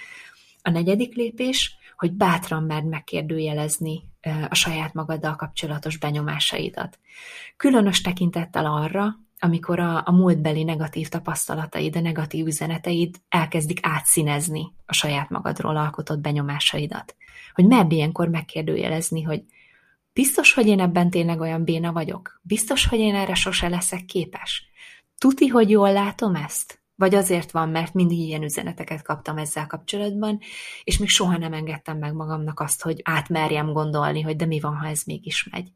A negyedik lépés, hogy bátran merd megkérdőjelezni a saját magaddal kapcsolatos benyomásaidat. Különös tekintettel arra, amikor a múltbeli negatív tapasztalataid, a negatív üzeneteid elkezdik átszínezni a saját magadról alkotott benyomásaidat. Hogy merd ilyenkor megkérdőjelezni, hogy biztos, hogy én ebben tényleg olyan béna vagyok? Biztos, hogy én erre sose leszek képes? Tuti, hogy jól látom ezt? Vagy azért van, mert mindig ilyen üzeneteket kaptam ezzel kapcsolatban, és még soha nem engedtem meg magamnak azt, hogy átmerjem gondolni, hogy de mi van, ha ez mégis megy.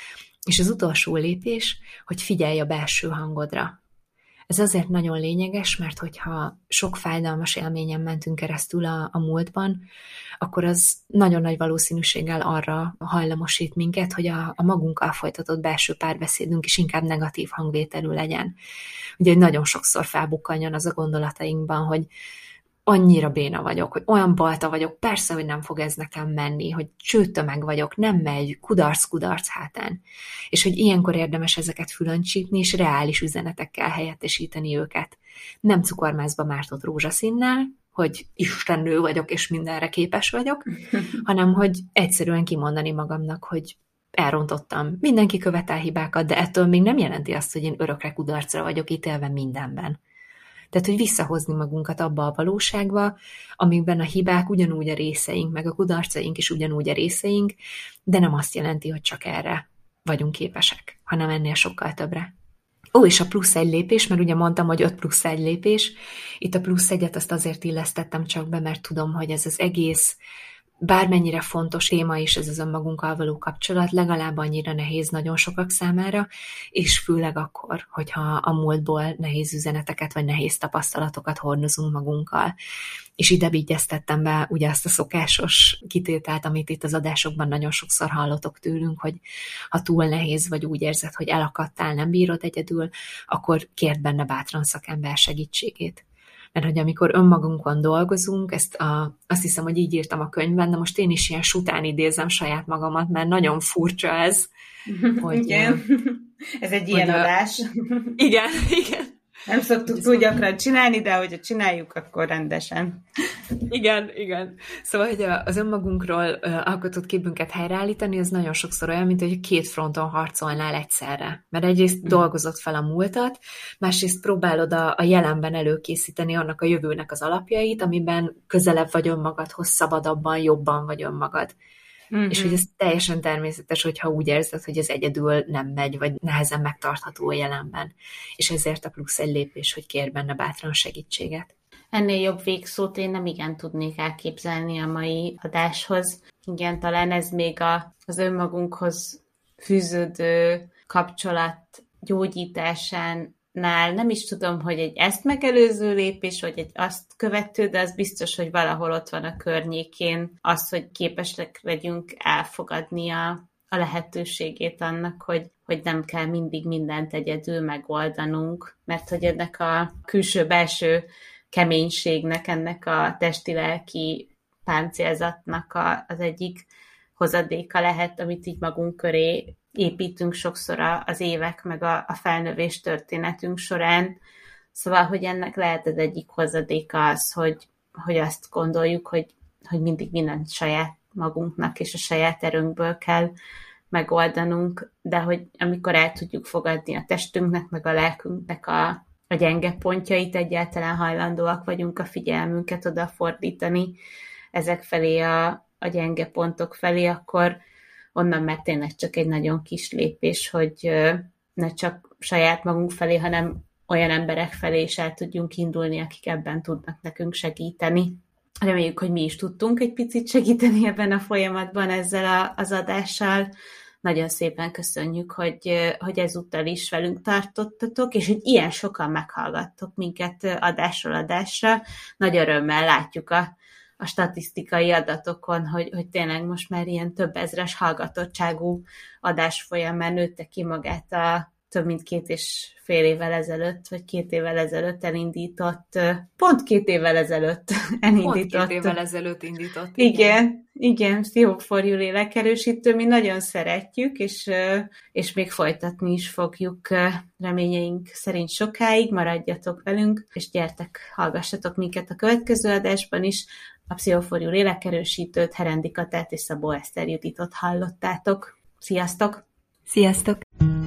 És az utolsó lépés, hogy figyelj a belső hangodra. Ez azért nagyon lényeges, mert hogyha sok fájdalmas élményen mentünk keresztül a múltban, akkor az nagyon nagy valószínűséggel arra hajlamosít minket, hogy a magunkkal folytatott belső párbeszédünk is inkább negatív hangvételű legyen. Ugye nagyon sokszor felbukkanjon az a gondolatainkban, hogy annyira béna vagyok, hogy olyan balta vagyok, persze, hogy nem fog ez nekem menni, hogy csőtömeg vagyok, nem megy, kudarc hátán. És hogy ilyenkor érdemes ezeket fülön csípni, és reális üzenetekkel helyettesíteni őket. Nem cukormászba mártott rózsaszínnel, hogy istennő vagyok, és mindenre képes vagyok, hanem hogy egyszerűen kimondani magamnak, hogy elrontottam. Mindenki követel hibákat, de ettől még nem jelenti azt, hogy én örökre kudarcra vagyok ítélve mindenben. Tehát, hogy visszahozni magunkat abba a valóságba, amikben a hibák ugyanúgy a részeink, meg a kudarcaink is ugyanúgy a részeink, de nem azt jelenti, hogy csak erre vagyunk képesek, hanem ennél sokkal többre. És a plusz egy lépés, mert ugye mondtam, hogy 5 plusz 1 lépés. Itt a plusz egyet azt azért illesztettem csak be, mert tudom, hogy ez az egész, bármennyire fontos téma is ez az önmagunkkal való kapcsolat, legalább annyira nehéz nagyon sokak számára, és főleg akkor, hogyha a múltból nehéz üzeneteket vagy nehéz tapasztalatokat hordozunk magunkkal. És ide vigyeztettem be ugye azt a szokásos kitételt, amit itt az adásokban nagyon sokszor hallottok tőlünk, hogy ha túl nehéz vagy úgy érzed, hogy elakadtál, nem bírod egyedül, akkor kérd benne bátran szakember segítségét. Mert hogy amikor önmagunkon dolgozunk, azt hiszem, hogy így írtam a könyvben, de most én is ilyen sután idézem saját magamat, mert nagyon furcsa ez. Hogy, igen, ez egy ilyen adás. Igen. Nem szoktuk túl gyakran csinálni, de hogyha csináljuk, akkor rendesen. Igen. Szóval, hogy az önmagunkról alkotott képünket helyreállítani, az nagyon sokszor olyan, mint hogy 2 fronton harcolnál egyszerre. Mert egyrészt dolgozott fel a múltat, másrészt próbálod a jelenben előkészíteni annak a jövőnek az alapjait, amiben közelebb vagy önmagadhoz, szabadabban, jobban vagy önmagad. Mm-hmm. És hogy ez teljesen természetes, hogyha úgy érzed, hogy ez egyedül nem megy, vagy nehezen megtartható a jelenben. És ezért a plusz egy lépés, hogy kérj benne bátran segítséget. Ennél jobb végszót én nem igen tudnék elképzelni a mai adáshoz. Igen, talán ez még az önmagunkhoz fűződő kapcsolat gyógyításánál nem is tudom, hogy egy ezt megelőző lépés, vagy egy azt követő, de az biztos, hogy valahol ott van a környékén az, hogy képesek legyünk elfogadni a lehetőségét annak, hogy nem kell mindig mindent egyedül megoldanunk, mert hogy ennek a külső-belső keménységnek, ennek a testi-lelki páncélzatnak az egyik hozadéka lehet, amit így magunk köré építünk sokszor az évek, meg a felnövés történetünk során. Szóval, hogy ennek lehet az egyik hozadéka az, hogy azt gondoljuk, hogy mindig mindent saját magunknak és a saját erőnkből kell megoldanunk, de hogy amikor el tudjuk fogadni a testünknek, meg a lelkünknek a gyenge pontjait, egyáltalán hajlandóak vagyunk a figyelmünket odafordítani ezek felé, a gyenge pontok felé, akkor onnan már tényleg csak egy nagyon kis lépés, hogy ne csak saját magunk felé, hanem olyan emberek felé is el tudjunk indulni, akik ebben tudnak nekünk segíteni. Reméljük, hogy mi is tudtunk egy picit segíteni ebben a folyamatban ezzel az adással. Nagyon szépen köszönjük, hogy ezúttal is velünk tartottatok, és hogy ilyen sokan meghallgattok minket adásról adásra. Nagy örömmel látjuk a statisztikai adatokon, hogy tényleg most már ilyen több ezres hallgatottságú adás folyamán nőtte ki magát a több mint 2,5 évvel ezelőtt, vagy 2 évvel ezelőtt elindított, pont 2 évvel ezelőtt elindított. Pont 2 évvel ezelőtt indított. Igen, Pszichó4U lélekerősítő, mi nagyon szeretjük, és még folytatni is fogjuk reményeink szerint sokáig, maradjatok velünk, és gyertek, hallgassatok minket a következő adásban is. A Pszichó4U lélekerősítőt, Herendi Katát és Szabó Eszter Juditot hallottátok. Sziasztok! Sziasztok!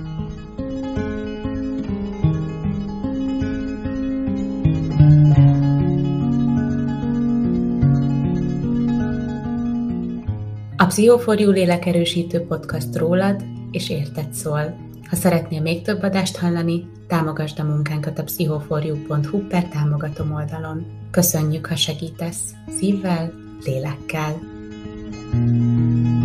A Pszichó4U lélekerősítő podcast rólad és érted szól. Ha szeretnél még több adást hallani, támogasd a munkánkat a pszichó4u.hu/támogatom oldalon. Köszönjük, ha segítesz szívvel, lélekkel.